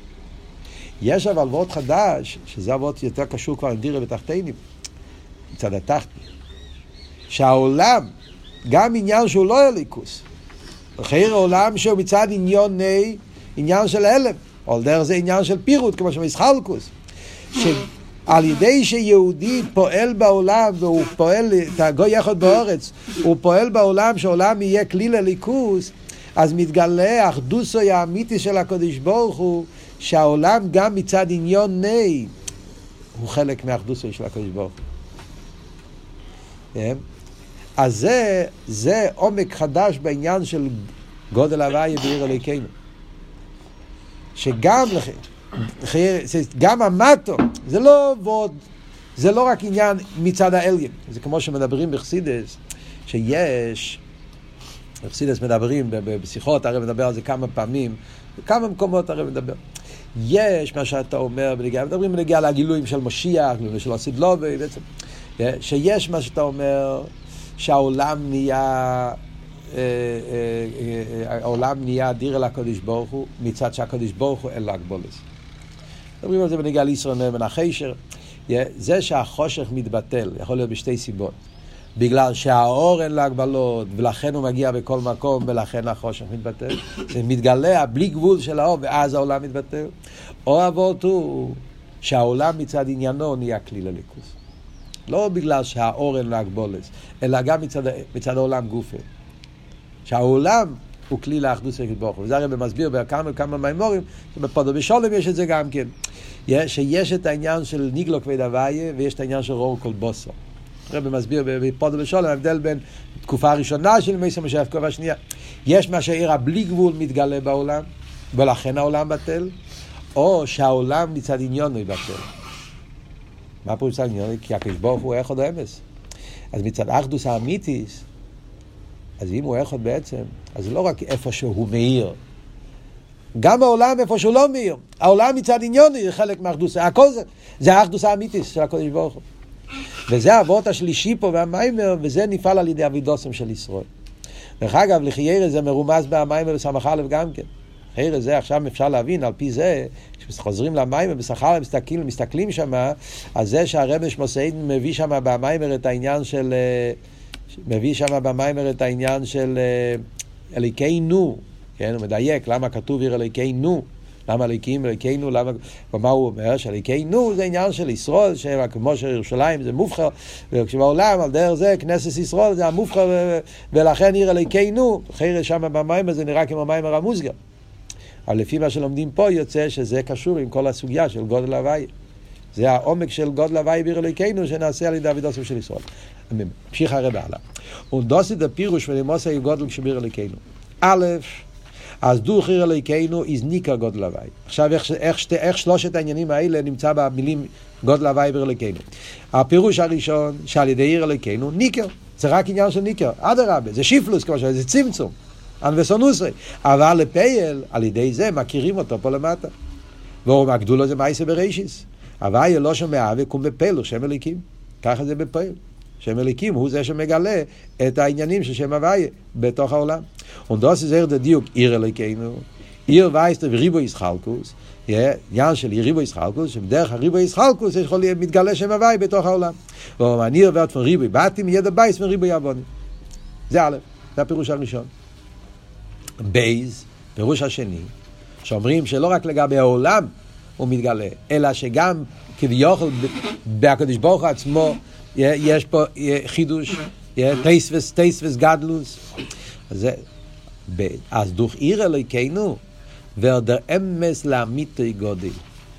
יש אבל וורט חדש, שזה הוורט יותר קשור כבר עם דירה בתחתינים, מצד התחתני. שהעולם, גם עניין שהוא לא הליכוס, אחר העולם שהוא מצד עניין של הלם, או דרך זה עניין של פירוט, כמו שמסחלקוס, על ידי שיהודי פועל בעולם, והוא פועל, תגוי יחד באורץ, הוא פועל בעולם שהעולם יהיה כלי לליכוס, אז מתגלה אחדוסו האמיתי של הקדוש ברוך הוא, שהעולם גם מצד עניון הוא חלק מאחדוסו של הקדוש ברוך הוא. אז זה עומק חדש בעניין של גודל הוויה בעיר אלוהינו. שגם גם המטו, זה לא ווד, זה לא רק עניין מצד האליים. זה כמו שמדברים בחסידס, שיש, בחסידס מדברים בשיחות, הרי מדבר על זה כמה פעמים, בכמה מקומות הרי מדבר. יש מה שאתה אומר, מדברים בנגיע לגילויים של משיח, גילויים של הסדלובי, בעצם, שיש מה שאתה אומר, שהעולם נהיה, העולם נהיה דיר אל הקדוש ברוך הוא, מצד שהקדוש ברוך הוא אין לו הגבולת. מדברים על זה בנגיע לישראל בן החשר, זה שהחושך מתבטל, יכול להיות בשתי סיבות. בגלל שהאור אין לו הגבלות, ולכן הוא מגיע בכל מקום, ולכן החושך מתבטל. זה מתגלה בלי גבול של האור, ואז העולם מתבטל. או אבות הוא שהעולם מצד עניינו נהיה כלי לליכוס. לא בגלל שהאור אין לו הגבלות, אלא גם מצד העולם גופה. שהעולם הוא כלי לאחדות הקדוש ברוך הוא. וזה הרי במסביר בכמה מימורים, שבפודו בשולם יש את זה גם כן. שיש את העניין של ניגלו כבד הוויה, ויש את העניין של רור כל בוסו. הרב מסביר בפודו בשולם, ההבדל בין תקופה הראשונה של מייסר משיח תקופה השנייה. יש מה שהעיר בלי גבול מתגלה בעולם, ולכן העולם בטל, או שהעולם מצד עניון יבטל. מה פה מצד עניון? כי הקדוש ברוך הוא אחד האמס. אז מצד אחדוס האמיתיס, אז אם הוא אחד בעצם, אז זה לא רק איפה שהוא מאיר, גם העולם איפה שהוא לא מאיר. העולם מצד עניון זה חלק מהאחדוס. הכל זה האחדוס האמיתיס של הקדוש ברוך הוא. וזה האבות השלישי פה והמיימר, וזה נפעל על ידי אבידוסם של ישראל. דרך אגב, לחיירה זה מרומז במיימר בסמך א' גם כן. חיירה זה עכשיו אפשר להבין, על פי זה, כשחוזרים למיימר בסמך א' מסתכלים שם, אז זה שהרב שמוסיידן מביא שם במיימר את העניין של, אליקנו, כן, הוא מדייק, למה כתוב עיר אליקנו, למה אליקנו, למה, ומה הוא אומר? שאליקנו זה עניין של ישראל, כמו שירושלים זה מובחר, וכשבעולם על דרך זה, כנסת ישראל זה המובחר, ולכן עיר אליקנו, חיירה שם במיימר זה נראה כמו מיימר המוסגר. אבל לפי מה שלומדים פה יוצא שזה קשור עם כל הסוגיה של גודל הוואי. זה העומק של גודל הוואי בעיר אליקנו שנעשה על ידי אבידוסם של ישראל. המשיך הרב הלאה. ודוסית הפירוש ולמוסה גודל שבעיר אליקנו. א', אז דוך עיר אליקנו is ניקר גודל הוואי. עכשיו איך שלושת העניינים האלה נמצא במילים גודל הוואי בעיר אליקנו. הפירוש הראשון שעל ידי עיר אליקנו ניקר. זה רק עניין של ניקר. אדרבה, זה שיפלוס כמו שזה, זה צמצום. אנבסונוסי. אבל לפייל, על ידי זה מכירים אותו פה למטה. והוא מקדו לו זה מייסה בראשיס. הוואי לא שומע וקום בפייל, שם אליקים. ככה זה בפייל. שם אליקים הוא זה שמגלה את העניינים של שם הוואי בתוך העולם. ונדוס זה עיר דיוק עיר אליקנו, עיר וייסטר וריבו ישחלקוס, עניין של ריבו ישחלקוס, שבדרך הריבו ישחלקוס יכול להיות מתגלה שם הוואי בתוך העולם. ואני עובד פון ריבו, באתי מידע בייס וריבו יעבוני. זה א', זה הפירוש הראשון. בייס, פירוש השני, שאומרים שלא רק לגבי העולם הוא מתגלה, אלא שגם כביכול בהקדוש ברוך הוא עצמו יש פה חידוש, טייסווס גדלוס. אז דוך עיר אליקנו ורדר אמס לאמיתי גודל.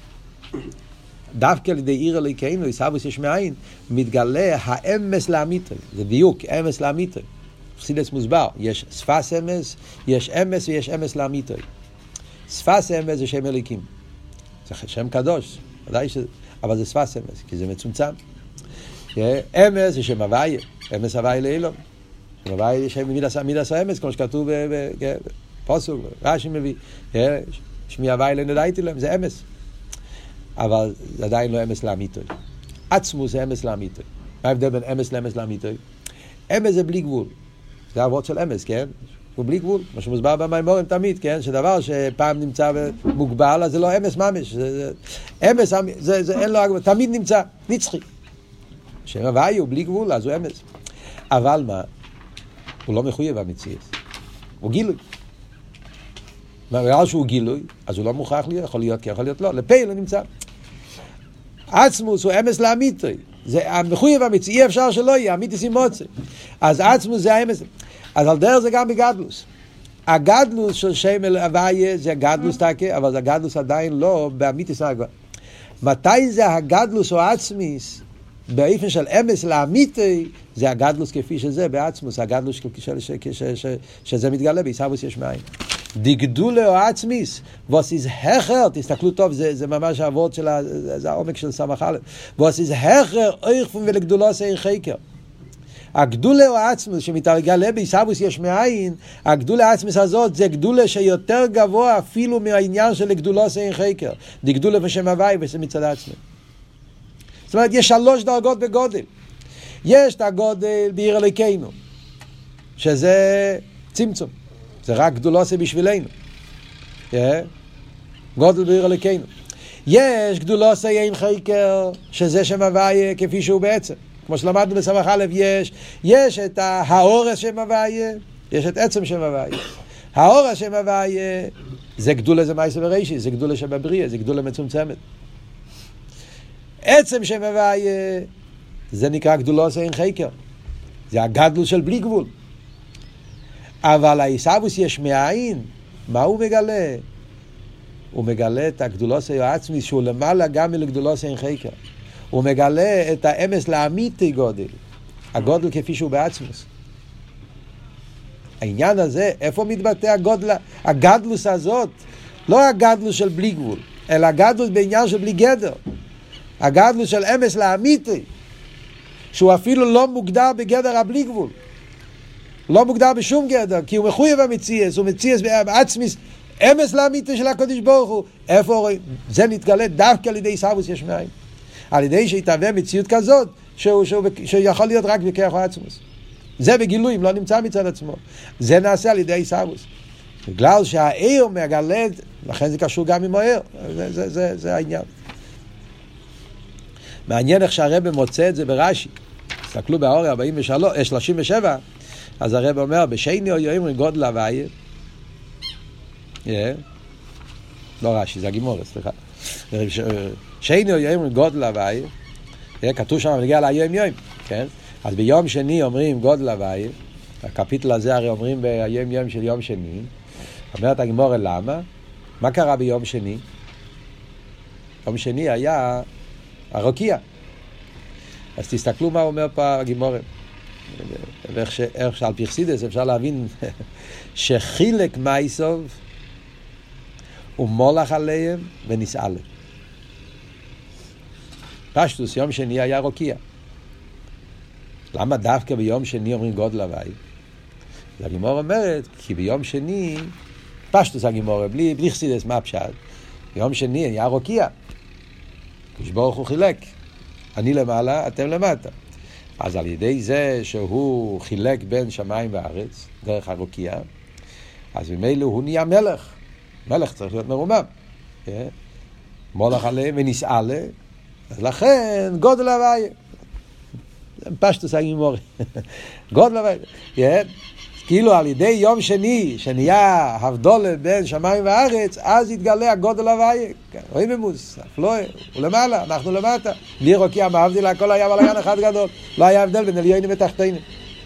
דווקא על ידי עיר אליקנו, ישבוס יש מאין, מתגלה האמס לאמיתי. זה דיוק, אמס לאמיתי. חסידס מוסבר, יש שפס אמס, יש אמס ויש אמס לאמיתי. שפס אמס זה שם אליקים. זה שם קדוש, אבל זה שפס אמס, כי זה מצומצם. אמס זה שם הוואי, אמס הוואי לאילון. שם הוואי זה שם מידס האמס, כמו שכתוב בפוסוק, רש"י מביא, שמי הוואי לנדייתי להם, זה אמס. אבל זה עדיין לא אמס לאמיתוי. עצמו זה אמס לאמיתוי. מה ההבדל בין אמס לאמס לאמיתוי? אמס זה בלי גבול. זה העבוד של אמס, כן? הוא בלי גבול. מה שמוסבר במימורים תמיד, כן? שדבר שפעם נמצא מוגבל, אז זה לא אמס ממש. אמס, זה אין לו הגבול. תמיד נמצא נצחי. שם הוואי הוא בלי גבול, אז הוא אמס. אבל מה? הוא לא מחויב המציאות. הוא גילוי. בגלל שהוא גילוי, אז הוא לא מוכרח להיות, יכול להיות כי יכול להיות לא. לפייל הוא נמצא. עצמוס הוא אמס לאמיתוי. זה המחויב המציאות. אי אפשר שלא יהיה, אמיתיס עם מוצא. אז עצמוס זה האמס. אז על דרך זה גם בגדלוס. הגדלוס של שם הוויה זה הגדלוס תקה, אבל הגדלוס עדיין לא באמיתיס נגוע. מתי זה הגדלוס או עצמיס? באופן של אמס לאמיתי, זה הגדלוס כפי שזה בעצמוס, הגדלוס שזה מתגלה בישבוס יש מאין. דגדולה או עצמיס, ווס איז הכר, תסתכלו טוב, זה ממש העבוד של, זה העומק של סמך א', ווס איז הכר, אייכפון ולגדולו עושה חקר. הגדולה או העצמוס שמתגלה בעיסאוויס יש מאין, הגדולה העצמוס הזאת זה גדולה שיותר גבוה אפילו מהעניין של גדולוס אין חקר. די גדולה בשם הוואי וזה מצד עצמם. זאת אומרת, יש 3 דרגות בגודל. יש את הגודל בעיר אלוקינו, שזה צמצום. זה רק גדולוס בשבילנו. גודל בעיר אלוקינו. יש גדולוס אין חקר, שזה שם הוואי כפי שהוא בעצם. כמו שלמדנו בסמך א', יש את האורס שם הוויה, יש את עצם שם הוויה. האורס שם הוויה, זה גדולה זה מייסה ורישי, זה גדולה שבבריא, זה גדולה מצומצמת. עצם שם הוויה, זה נקרא גדולוס אין חקר. זה הגדלו של בלי גבול. אבל העיסאוויס יש מאין, מה הוא מגלה? הוא מגלה את הגדולוס העצמי, שהוא למעלה גם מלגדולוס אין חקר. הוא מגלה את האמס לאמיתי גודל, הגודל כפי שהוא בעצמוס. העניין הזה, איפה מתבטא הגדלוס הזאת? לא הגדלוס של בלי גבול, אלא הגדלוס בעניין של בלי גדר. הגדלוס של אמס לאמיתי, שהוא אפילו לא מוגדר בגדר הבלי גבול. לא מוגדר בשום גדר, כי הוא מחויב המציאס, הוא מציאס בעצמיס, אמס לאמיתי של הקדוש ברוך הוא. איפה רואים? זה נתגלה דווקא על ידי עיסאוויס יש מאין. על ידי שיתהווה מציאות כזאת שיכול להיות רק בכוח העצמוס. זה בגילויים, לא נמצא מצד עצמו. זה נעשה על ידי עיסאוויס. בגלל שהאיר מגלה, לכן זה קשור גם עם האיר. זה העניין. מעניין איך שהרבא מוצא את זה ברש"י. תסתכלו באור 37, אז הרבא אומר, בשני או יאמרים גודל הוויה. לא רש"י, זה הגימורה, סליחה. שני או יום גודל הוואי, כתוב שם נגיע ליום יום, כן? אז ביום שני אומרים גודל הוואי, הקפיטל הזה הרי אומרים ביום יום של יום שני, אומרת הגימורה למה? מה קרה ביום שני? יום שני היה הרוקיע. אז תסתכלו מה אומר פה הגימורה. איך שעל פרסידס אפשר להבין שחילק מייסוב הוא מולך עליהם ונסעלה. פשטוס, יום שני היה רוקיע. למה דווקא ביום שני אומרים גודל הוואי? הגימורה אומרת, כי ביום שני, פשטוס הגימורה, בלי חסידס, מה פשט? ביום שני היה רוקיע. הקדוש ברוך הוא חילק. אני למעלה, אתם למטה. אז על ידי זה שהוא חילק בין שמיים וארץ, דרך הרוקיע, אז ממילא הוא נהיה מלך. מלך צריך להיות מרומם. מולך עליהם ונסעלה, אז לכן גודל הוויה. זה פשטוס הגימורי. גודל הוויה. כאילו על ידי יום שני, שנהיה הבדולה בין שמיים וארץ, אז יתגלה הגודל הוויה. רואים ממוס, אפלואה, הוא למעלה, אנחנו למטה. בלי רוקיע מהבדיל, הכל היה בלגן אחד גדול. לא היה הבדל בין עליינים ותחתינים.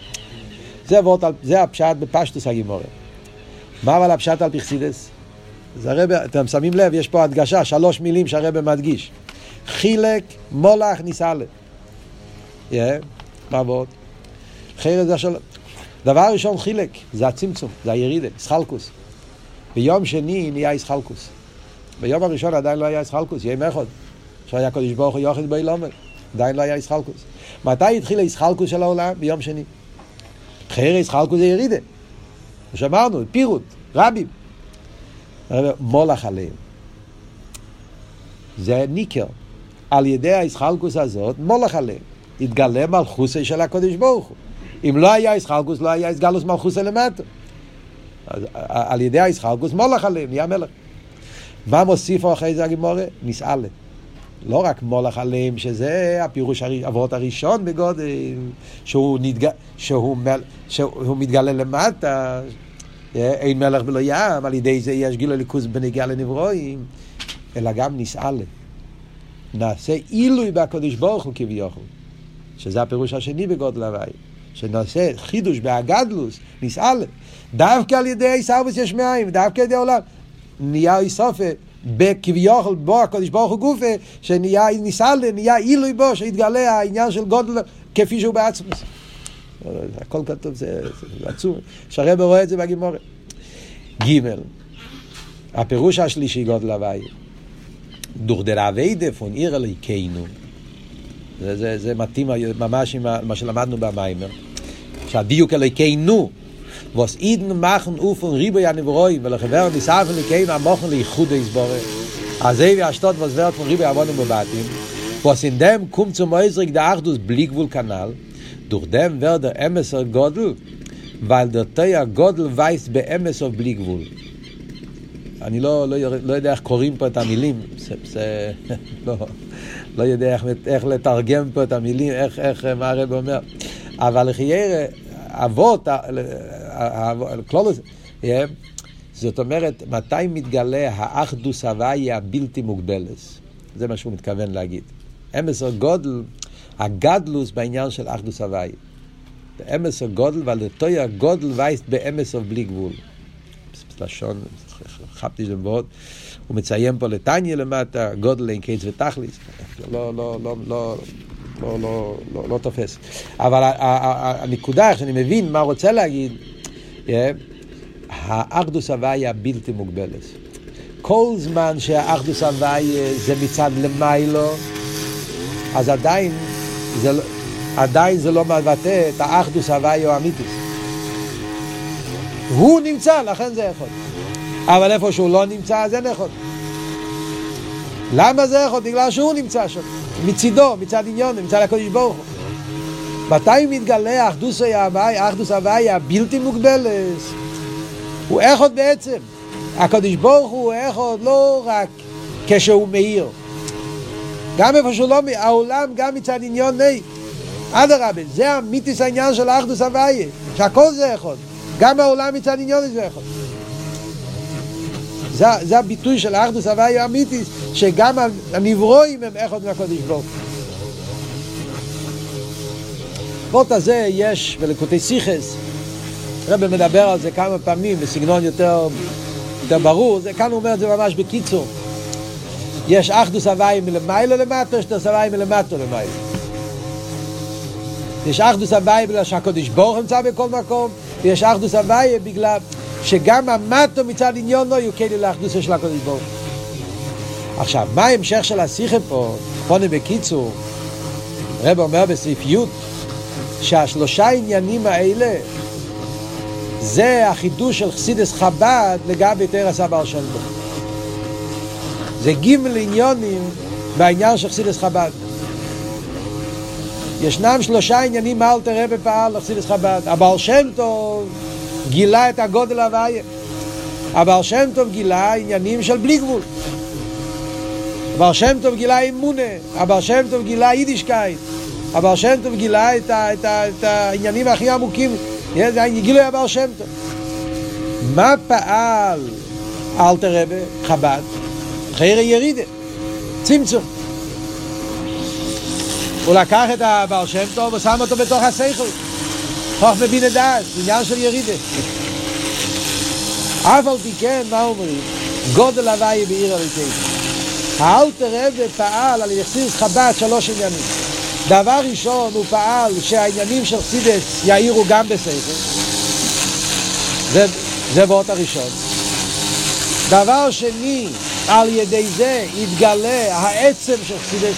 זה הפשט בפשטוס הגימורי. מה אבל הפשט על פרסידס? אתם שמים לב, יש פה הדגשה, 3 מילים שהרבא מדגיש. חילק, מולך, נסעלה. מה עבוד? חילק זה דבר ראשון חילק, זה הצמצום, זה הירידה, סחלקוס. ביום שני נהיה סחלקוס. ביום הראשון עדיין לא היה סחלקוס, יהיה מאחד. שהיה קודש ברוך הוא יוחד בי לומד. עדיין לא היה סחלקוס. מתי התחיל הסחלקוס של העולם? ביום שני. חילק, סחלקוס זה ירידה. שאמרנו, פירוט, רבים. מולך עליהם. זה ניקר. על ידי הישחלקוס הזאת, מולך עליהם. התגלה מלכוסי של הקודש ברוך הוא. אם לא היה ישחלקוס, לא היה יסגלוס מלכוסי למטה. אז על ידי הישחלקוס, מולך עליהם, נהיה מלך. מה מוסיפו אחרי זה הגימורה? נסעלה. לא רק מולך עליהם, שזה הפירוש עבורת הראשון בגודל, שהוא מתגלה למטה, אין מלך ולא ים, על ידי זה יש גיל הליכוז בנגיעה לנברואים, אלא גם נסעלה. נעשה עילוי בקדוש ברוך הוא כביכול, שזה הפירוש השני בגודל הוואי, שנעשה חידוש בהגדלוס, נסעלה. דווקא על ידי עיסאוויס יש מאין, דווקא על ידי העולם. נהיה איסופה, בכביכול בו הקדוש ברוך הוא גופה, שנהיה נסעלה, נהיה עילוי בו, שהתגלה העניין של גודל כפי שהוא בעצמוס. הכל כתוב, זה עצום. שהרבא רואה את זה בגימורה. ג' הפירוש השלישי גודל הוויה. דורדר אביידה פון עיר אלוהינו. זה מתאים ממש עם מה שלמדנו במיימר. שהדיוק אלוהינו, was Iden machen auf und Ribo ja Nevroi, weil ich werde die Sachen Lekeinu machen Leichude Isbore. Also wie a Stadt, was wird von Ribo ja Wohnen Bobatim, was in dem kommt zum Äußerig der Achdus Blickwohl-Kanal, durch dem wird der Emeser Godel, weil der Teuer Godel weist bei Emeser Blickwohl. אני לא יודע איך קוראים פה את המילים, לא יודע איך לתרגם פה את המילים, איך מה הרב אומר. אבל לחיירה, אבות, זאת אומרת, מתי מתגלה האחדוס הוואי הבלתי מוגבלס? זה מה שהוא מתכוון להגיד. אמסר גודל, הגדלוס בעניין של אחדוס הוואי. אמסר גודל, ולתוי הגודל וייסט באמסר בלי גבול. לשון, חפתי זה מאוד. הוא מציין פה לטניה למטה, גודל אין קיץ ותכליס. לא תופס. אבל הנקודה שאני מבין מה רוצה להגיד, האחדוס הוואי הבלתי מוגבלת. כל זמן שהאחדוס הוואי זה מצד למיילו, אז עדיין זה לא מבטא את האחדוס הוואי או אמיתיס. הוא נמצא, לכן זה יכול. אבל איפה שהוא לא נמצא, זה נכון. למה זה יכול? בגלל שהוא נמצא שם. מצידו, מצד עניון, מצד הקודש ברוך הוא. מתי מתגלה האחדוס הוואי הבלתי מוגבלת? הוא אחד בעצם. הקודש ברוך הוא אחד לא רק כשהוא מאיר. גם איפה שהוא לא מאיר, העולם גם מצד עניון נאי. אדרבה, זה המיתיס העניין של האחדוס הוואי. שהכל זה אחד. גם העולם מצד עניון זה אחד. זה הביטוי של האחדוס הוואי האמיתיס, שגם הנברואים הם אחד מהקודש ברוך. פרוט הזה יש בליקוטי שיחס, הרב מדבר על זה כמה פעמים בסגנון יותר ברור, כאן הוא אומר את זה ממש בקיצור. יש אחדוס הוואי מלמיילו למטה, יש אחדוס הוואי מלמטו למיילו. יש אחדוס הוואי בגלל שהקודש ברוך נמצא בכל מקום, ויש אחדוס הוואי בגלל שגם המטו מצד עניון לא יהיו כלי לאחדוס של הקודש ברוך. עכשיו, מה ההמשך של השיחה פה? פונה בקיצור, הרב אומר בסעיף י' שהשלושה עניינים האלה זה החידוש של חסידס חב"ד לגבי תרס הבעל שם טוב. זה גימל עניונים בעניין של חסידס חב"ד. ישנם שלושה עניינים מה אלתר רבי פעל לחסידס חב"ד. הבעל שם טוב גילה את הגודל הוויה. הבעל שם טוב גילה עניינים של בלי גבול. הבעל שם טוב גילה אמונה. הבעל שם טוב גילה יידישקייט. הבעל שם טוב גילה את העניינים הכי עמוקים. גילו הבעל שם טוב. מה פעל אלתר רבי חב"ד? חייר ירידה, צמצום. הוא לקח את הבעל שם טוב ושם אותו בתוך השכל. חוכמה בינה דעת, עניין של ירידה. אף על פי כן, מה אומרים? גודל הוואי בעיר הליטאים. האלתר רבי פעל על חסידס חב"ד שלוש עניינים. דבר ראשון, הוא פעל שהעניינים של חסידס יאירו גם בשכל. זה ואות הראשון. דבר שני, על ידי זה יתגלה העצם של חסידס.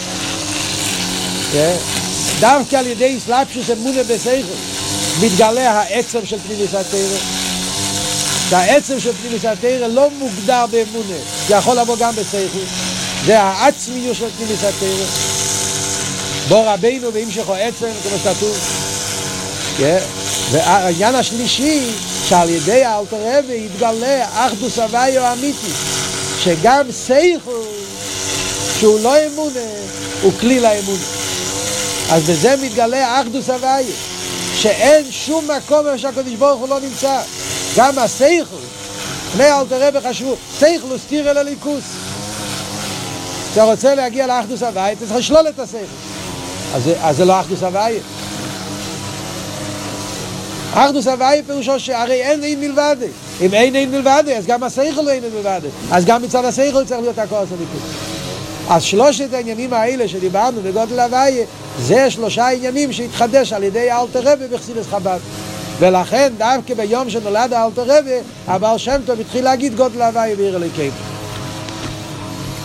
דווקא על ידי סלאפשוס אמונה בשכל מתגלה העצם של פנימיס התורה. שהעצם של פנימיס התורה לא מוגדר באמונה, זה יכול לבוא גם בשכל. זה העצמיות של פנימיס התורה. בו רבינו והמשכו עצם, כמו שכתוב. והעניין השלישי, שעל ידי האלתר רבי יתגלה אחדוס הוואי האמיתי, שגם שכל שהוא לא אמונה הוא כלי לאמונה. אז בזה מתגלה אחדוס הוואי, שאין שום מקום שהקדוש ברוך הוא לא נמצא. גם השכל, לפני האלתר רבי חשבו, שכל הוא סתיר אל הליכוס. אתה רוצה להגיע לאחדוס הוואי, אתה צריך לשלול את השכל. אז זה לא אחדוס הוואי. אחדוס הוואי פירושו שהרי אין מלבד. אם אין מלבד, אז גם השכל אין מלבד. אז גם מצד השכל צריך להיות הכוח הליכוס. אז שלושת העניינים האלה שדיברנו בגודל הוואי, זה שלושה עניינים שהתחדש על ידי האלתר רבי בחסידס חב"ד. ולכן דווקא ביום שנולד האלתר רבי, הבעל שם טוב התחיל להגיד גודל הוואי בעיר אלוהינו.